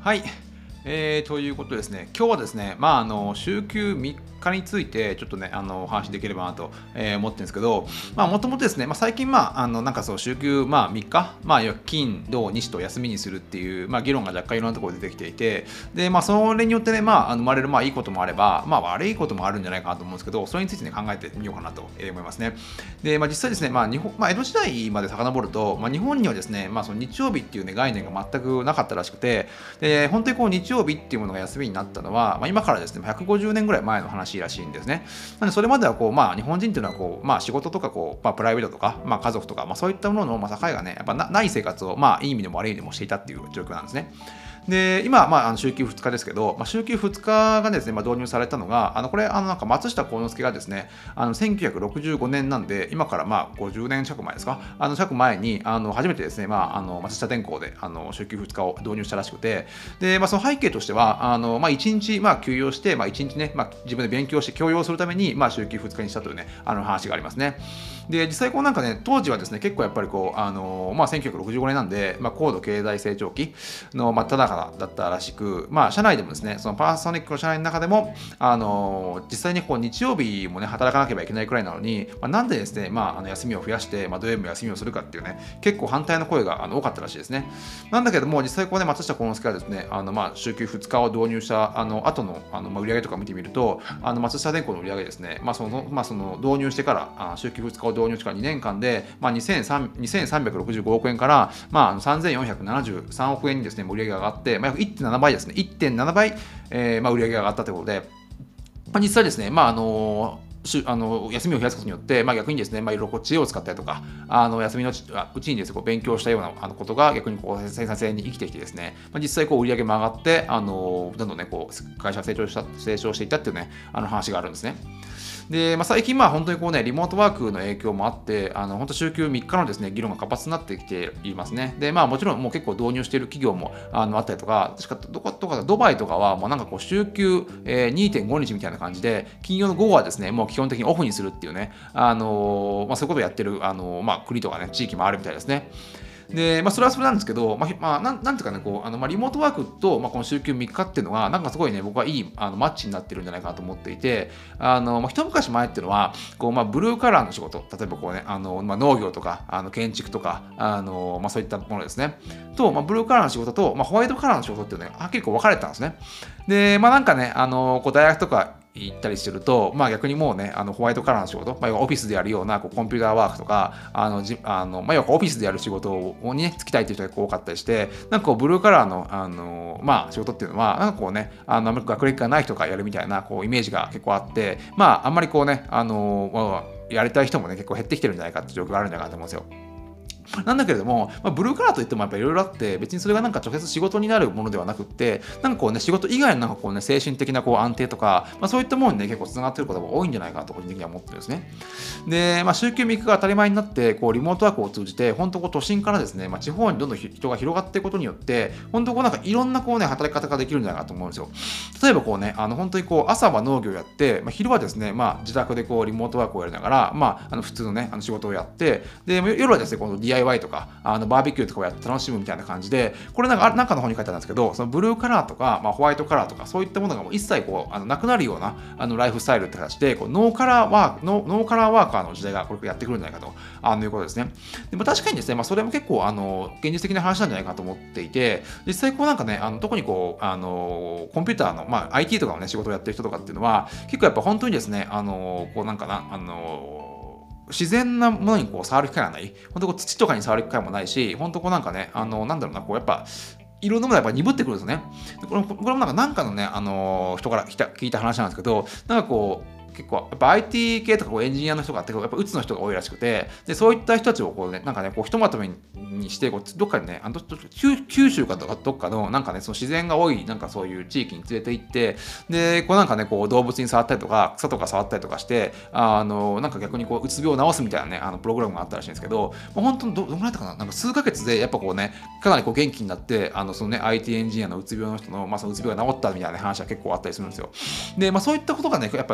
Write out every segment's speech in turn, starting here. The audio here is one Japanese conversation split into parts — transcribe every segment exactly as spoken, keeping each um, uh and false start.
はい、えー、ということですね、今日はですね、まあ、あの週休みっかについてちょっとね、あのお話しできればなと、えー思ってるんですけど、まあ、もともとですね、まあ、最近、まあ、あのなんかそう週休、まあ、みっか、まあ、要は金、土、日と休みにするっていう、まあ、議論が若干いろんなところで出てきていて、で、まあ、それによってね、まあ、あの生まれる、まあ、いいこともあれば、まあ、悪いこともあるんじゃないかなと思うんですけど、それについてね、考えてみようかなと思いますね。で、まあ、実際ですね、まあ日本まあ、江戸時代まで遡ると、まあ、日本にはですね、まあ、その日曜日っていう、ね、概念が全くなかったらしくて、で本当にこう日曜日っていうものが休みになったのは、まあ、今からですね、ひゃくごじゅうねんぐらい前の話らしいんですね。なので、それまではこう、まあ、日本人っていうのはこう、まあ、仕事とかこう、まあ、プライベートとか、まあ、家族とか、まあ、そういったものの、まあ、境がね、やっぱなない生活を、まあ、いい意味でも悪い意味でもしていたっていう状況なんですね。で、今、まあ、あの週休ふつかですけど、まあ、週休ふつかがですね、まあ、導入されたのが、あのこれ、あのなんか松下幸之助がですね、あのせんきゅうひゃくろくじゅうごねんなんで、今からまあごじゅうねん近く前ですか、あの近く前にあの初めてですね、まあ、あの松下電工であの週休ふつかを導入したらしくて、で、まあ、その背景としては、あのまあ、いちにち、まあ、休養して、まあ、いちにちね、まあ、自分で勉強して教養するために、まあ、週休ふつかにしたというね、あの話がありますね。で、実際こうなんかね、当時はですね、結構やっぱりこう、あのまあ、せんきゅうひゃくろくじゅうごねんなんで、まあ、高度経済成長期の真っ只中だったらしく、まあ、社内でもですね、そのパナソニックの社内の中でも、あの実際にこう日曜日もね、働かなければいけないくらいなのに、まあ、なんでですね、まあ、あの休みを増やして、まあ、土曜日も休みをするかっていうね、結構反対の声があの多かったらしいですね。なんだけども、実際こうね、松下幸之助はですね、あのまあ週休ふつかを導入したあの後のあのまあ売上とか見てみると、あの松下電工の売上ですね、まあそのまあ、その導入してから、あ週休ふつかを導入してからにねんかんで、まあ、にせんさんびゃくろくじゅうごおくえんから、まあ、さんぜんよんひゃくななじゅうさんおくえんにですね、売上が上がって、まあ、いってんななばいですね、いってんななばい、えーまあ、売上が上がったということで、まあ、実際ですね、まああのあの休みを増やすことによって、まあ、逆にですね、まあ、いろいろこう知恵を使ったりとか、あの休みのうちにですね、こう勉強したようなあのことが逆にこう生産性に生きてきてですね、まあ、実際こう売り上げも上がって、あのどんどんね、こう会社が成長した成長していったっていうね、あの話があるんですね。で、まあ、最近まあ本当にこうね、リモートワークの影響もあって、あの本当週休みっかのですね、議論が活発になってきていますね。で、まあもちろんもう結構導入している企業もあのあったりとか、確かどことかドバイとかはもうなんかこう週休、えー、にてんごにちみたいな感じで、金曜の午後はですね、もう基本的にオフにするっていうね、あのーまあ、そういうことをやってる、あのーまあ、国とかね、地域もあるみたいですね。で、まあ、それはそれなんですけど、まあ、まあ、なんなんていうかね、こう、あの、まあ、リモートワークと、まあ、この週休みっかっていうのが、なんかすごいね、僕はいいあのマッチになってるんじゃないかなと思っていて、あの、まあ、一昔前っていうのは、こう、まあ、ブルーカラーの仕事、例えばこうね、あの、まあ、農業とか、あの、建築とか、あの、まあ、そういったものですね。と、まあ、ブルーカラーの仕事と、まあ、ホワイトカラーの仕事っていうのが、結構分かれてたんですね。で、まあ、なんかね、あの、こう、大学とか、行ったりすると、まあ、逆にもうね、あのホワイトカラーの仕事、まあ、オフィスでやるようなこうコンピューターワークとか、あのじあのまあ、要はオフィスでやる仕事に、ね、就きたいという人が多かったりして、なんかこうブルーカラーの、あのまあ、仕事っていうのは、なんかこうね、あのあんまり学歴がない人がやるみたいなこうイメージが結構あって、まあ、あんまりこうね、あのまあ、やりたい人もね、結構減ってきてるんじゃないかって状況があるんじゃないかと思うんですよ。なんだけれども、まあ、ブルーカラーといってもやっぱいろいろあって、別にそれがなんか直接仕事になるものではなくって、なんかこうね、仕事以外のなんかこうね、精神的なこう安定とか、まあ、そういったものにね、結構つながっていることが多いんじゃないかなと個人的には思ってるんですね。で、まあ、週休みっかが当たり前になって、こうリモートワークを通じて、本当こう都心からですね、まあ、地方にどんどん人が広がっていくことによって、本当こうなんかいろんなこうね、働き方ができるんじゃないかと思うんですよ。例えばこうね、あの本当にこう朝は農業やって、まあ、昼はですね、まあ、自宅でこうリモートワークをやりながら、まあ、あの普通のね、あの仕事をやって、で、夜はですね、この ディーアイワイ とか、あのバーベキューとかをやって楽しむみたいな感じで、これなんか、なんかの方に書いてあるんですけど、そのブルーカラーとか、まあ、ホワイトカラーとか、そういったものがもう一切こう、あのなくなるようなあのライフスタイルって形で、こうノーカラーワーク、ノー、ノーカラーワーカーの時代がこれやってくるんじゃないかとあのいうことですね。でも確かにですね、まあ、それも結構あの現実的な話なんじゃないかと思っていて、実際こうなんかね、あの特にこう、あのコンピューターの、まあ、アイティー とかのね、仕事をやってる人とかっていうのは、結構やっぱ本当にですね、あのこうなんかな、あの自然なものにこう触る機会がない。本当こう土とかに触る機会もないし、本当こうなんかね、あの、なんだろうな、こうやっぱ、いろんなものがやっぱ鈍ってくるんですよね。これもこれもなんかなんかのね、あの人から聞いた聞いた話なんですけど、なんかこう、結構やっぱ アイティー 系とかこうエンジニアの人があって、やっぱうつの人が多いらしくて、でそういった人たちをこうね、なんかね、こうひとまとめにして、こうどっかにね、あの九九州かとかどっかのなんかね、その自然が多いなんかそういう地域に連れて行って、でこうなんかね、こう動物に触ったりとか草とか触ったりとかして、あのなんか逆にこううつ病を治すみたいなね、あのプログラムがあったらしいんですけど、もう本当にどどのぐらいだったかな、なんか数ヶ月でやっぱこうね、かなりこう元気になって、あのそのね アイティー エンジニアのうつ病の人のまあそのうつ病が治ったみたいな話は結構あったりするんですよ。で、まあそういったことがね、やっぱり今後ね、いろ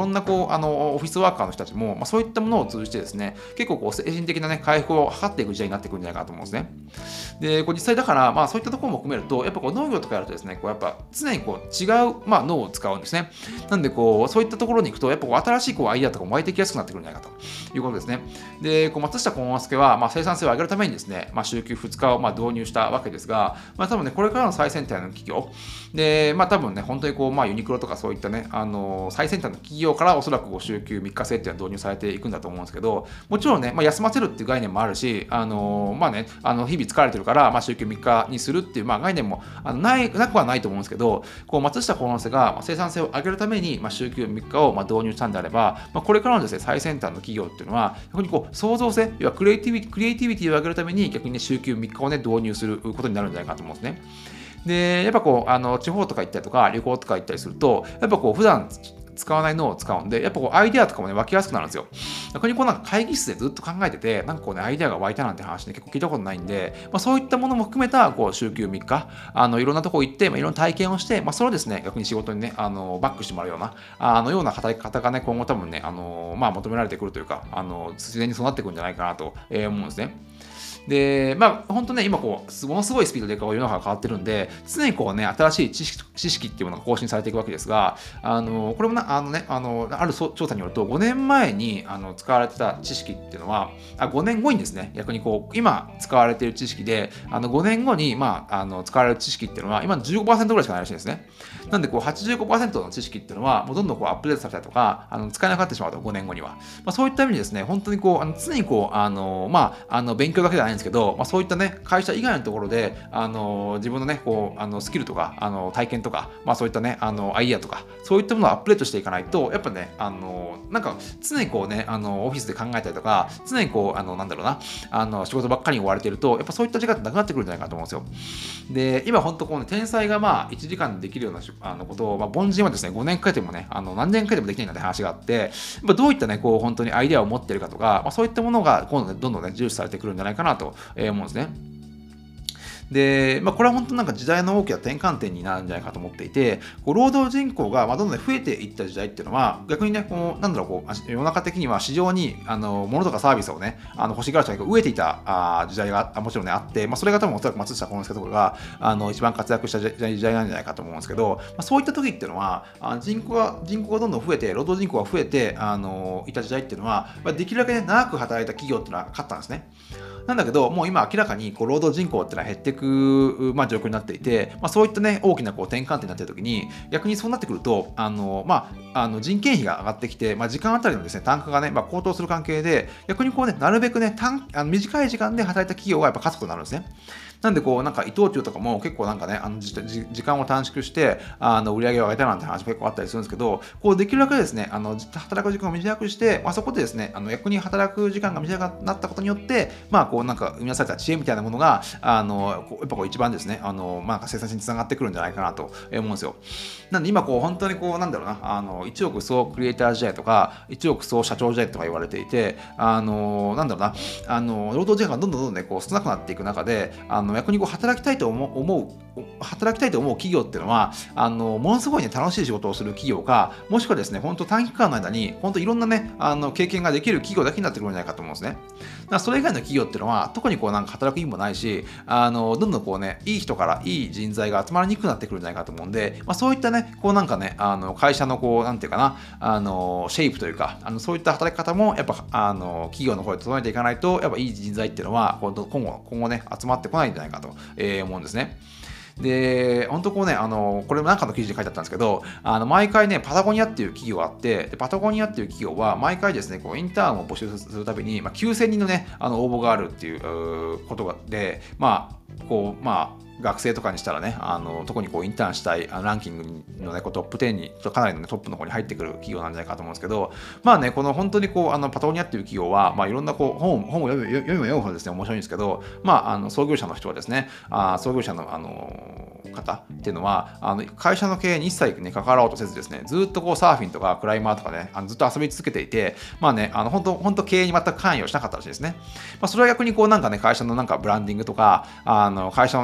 ろんなこうあのオフィスワーカーの人たちも、まあ、そういったものを通じてですね、結構こう精神的な、ね、回復を図っていく時代になってくるんじゃないかなと思うんですね。で、こう実際だから、まあ、そういったところも含めると、やっぱこう農業とかやるとですね、こうやっぱ常にこう違う、まあ、脳を使うんですね。なんでこう、そういったところに行くと、やっぱこう新しいこうアイデアとかも湧いてきやすくなってくるんじゃないかということですね。で、こう松下幸之助は、まあ、生産性を上げるためにですね、まあ、週休ふつかをまあ導入したわけですが、まあ、多分ね、これからの最先端の企業、で、まあ、多分ね、本当にこう、まあ、ユニクロとかそういったね、あの最先端の企業からおそらくこう週休みっか制っていうのは導入されていくんだと思うんですけど、もちろんね、まあ、休ませるっていう概念もあるし、あのまあね、あの日々疲れてるから、まあ、週休みっかにするっていう、まあ、概念もあのないなくはないと思うんですけど、こう松下幸之助が生産性を上げるために、まあ、週休みっかをまあ導入したんであれば、まあ、これからのですね、最先端の企業っていうのは、逆にこう創造性、要はクリエイティビティ、クリエイティビティを上げるために、逆にね、週休みっかをね、導入することになるんじゃないかと思うんですね。で、やっぱこう、あの地方とか行ったりとか、旅行とか行ったりすると、やっぱこう、普段使わない脳を使うんで、やっぱこうアイデアとかもね、湧きやすくなるんですよ。逆にこうなんか会議室でずっと考えてて、なんかこうね、アイデアが湧いたなんて話ね、結構聞いたことないんで、まあ、そういったものも含めた、こう、週休みっか、あの、いろんなとこ行って、まあ、いろんな体験をして、まあ、それをですね、逆に仕事にね、あの、バックしてもらうような、あの、ような働き方がね、今後多分ね、あの、まあ、求められてくるというか、あの、自然にそうなってくるんじゃないかなと思うんですね。で、まあ、本当ね、今こう、ものすごいスピードでこう世の中が変わってるんで、常にこうね、新しい知識知識っていうものが更新されていくわけですが、あの、これもな、あのね、あの、ある調査によると、ごねんまえにあの使われてた知識っていうのは、あごねんごにですね、逆にこう、今使われている知識で、あのごねんごに、まあ、あの使われる知識っていうのは、今のじゅうごパーセントぐらいしかないらしいんですね。なんで、こう、はちじゅうごパーセントの知識っていうのは、もうどんどんこうアップデートされたりとか、あの使えなくなってしまうと、ごねんごには。まあ、そういった意味でですね、本当にこう、あの常にこう、あの、まあ、あの勉強だけじゃないんですけど、まあ、そういったね、会社以外のところで、あの自分のね、こう、あのスキルとか、あの体験とか、まあ、そういったね、あのアイディアとか、そういったものをアップデートしていかないと、やっぱね、あのなんか常にこうね、あのオフィスで考えたりとか、常にこう、あのなんだろうな、あの仕事ばっかりに追われていると、やっぱそういった時間ってなくなってくるんじゃないかと思うんですよ。で、今本当こうね、天才がまあいちじかんでできるようなあのことを、まあ、凡人はですね、ごねんかけてもね、あの何年かけてもできないなんて話があって、やっぱどういったね、こう本当にアイデアを持っているかとか、まあ、そういったものが今度ね、どんどんね、重視されてくるんじゃないかなと思うんですね。で、まあ、これは本当なんか時代の大きな転換点になるんじゃないかと思っていて、こう労働人口がまあどんどん増えていった時代っていうのは、逆にね、こうなんだろう、こう世の中的には市場にあの物とかサービスをね、あの欲しがる人が飢えていたあ時代がもちろんね、あって、まあ、それが多分おそらく松下幸之助とかがあの一番活躍した時代なんじゃないかと思うんですけど、まあ、そういった時っていうのは、あ人口が人口がどんどん増えて、労働人口が増えてあのいた時代っていうのは、まあ、できるだけ、ね、長く働いた企業っていうのは勝ったんですね。なんだけど、もう今明らかにこう労働人口っていうのは減っていく、まあ、状況になっていて、まあ、そういったね、大きなこう転換点になっているときに、逆にそうなってくると、あの、まあ、あの人件費が上がってきて、まあ、時間あたりのですね、単価がね、まあ、高騰する関係で、逆にこうね、なるべくね、短あの短い時間で働いた企業がやっぱ勝つことになるんですね。なんでこう、なんか伊藤忠とかも結構なんかね、あの時時間を短縮して、あの売り上げを上げたなんて話も結構あったりするんですけど、こうできるだけですね、あの働く時間を短くして、まあ、そこでですね、あの逆に働く時間が短くなったことによって、まあこうなんか生み出された知恵みたいなものが、あのこうやっぱこう一番ですね、あのまあ生産性につながってくるんじゃないかなと思うんですよ。なんで今こう本当にこうなんだろうな、あのいちおく総クリエイター時代とか、いちおく総社長時代とか言われていて、あのなんだろうな、あの労働時間がどんどんどんどんね、こう少なくなっていく中で、あの逆にこう働きたいと思う、思う働きたいと思う企業っていうのは、あのものすごいね、楽しい仕事をする企業か、もしくはですね、本当短期間の間に、本当いろんなね、あの経験ができる企業だけになってくるんじゃないかと思うんですね。だからそれ以外の企業っていうのは、特にこうなんか働く意味もないし、あのどんどんこうね、いい人からいい人材が集まりにくくなってくるんじゃないかと思うんで、まあ、そういったね、こうなんかね、あの会社のこう、なんていうかな、あのシェイプというか、あのそういった働き方も、やっぱあの企業の方で整えていかないと、やっぱいい人材っていうのは、今後、今後ね、集まってこないんじゃないかと思うんですね。で、本当こうね、あの、これもなんかの記事で書いてあったんですけど、あの、毎回ね、パタゴニアっていう企業があって、でパタゴニアっていう企業は、毎回ですね、こう、インターンを募集するたびに、まあ、きゅうせんにんのね、あの、応募があるっていうことがで、まあ、こう、まあ、学生とかにしたらね、あの特にこうインターンしたいあのランキングの、ね、トップじゅうにかなりの、ね、トップの方に入ってくる企業なんじゃないかと思うんですけど、まあね、この本当にこうあのパタゴニアっていう企業は、まあ、いろんなこう本本を読む読む読むほどですね、面白いんですけど、まあ、あの創業者の人はですね、あ創業者の、あの方っていうのは、あの会社の経営に一切、ね、関わろうとせずですね、ずっとこうサーフィンとかクライマーとかね、あのずっと遊び続けていて、まあね、あの本当本当経営に全く関与しなかったらしいですね。まあ、それは逆にこうなんかね、会社のなんかブランディングとか、あの会社のね、実際こ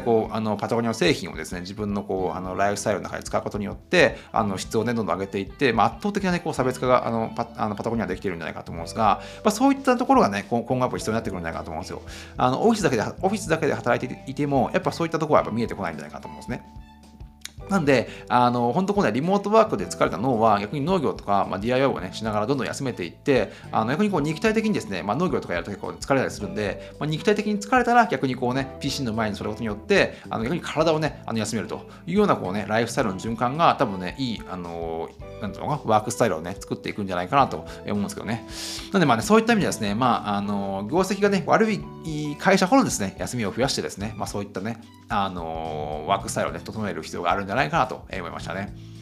こうあのパタゴニアの製品をですね、自分のこうあのライフスタイルの中で使うことによって、あの質をね、どんどん上げていって、まあ、圧倒的なね、こう差別化があのパあのパタゴニアできてるんじゃないかと思うんですが、まあ、そういったところがね、今今後やっぱ必要になってくるんじゃないかと思うんですよ。あのオフィスだけで、オフィスだけで働いていても、やっぱそういったところはやっぱ見えてこないんじゃないかと思うんですね。なんで、あの、本当このね、リモートワークで疲れた脳は、逆に農業とか、まあ、ディーアイワイ をね、しながらどんどん休めていって、あの、逆にこう肉体的にですね、まあ、農業とかやると結構疲れたりするんで、まあ、肉体的に疲れたら逆にこうね、ピーシー の前にすることによって、あの、逆に体をね、あの休めるというようなこうね、ライフスタイルの循環が多分ね、いい、あの、なんていうのかな、ワークスタイルをね、作っていくんじゃないかなと思うんですけどね。なんでまあね、そういった意味ではですね、まあ、あの、業績がね、悪い会社ほどですね、休みを増やしてですね、まあそういったね、あの、ワークスタイルをね、整える必要があるんじゃないかなと思いましたね。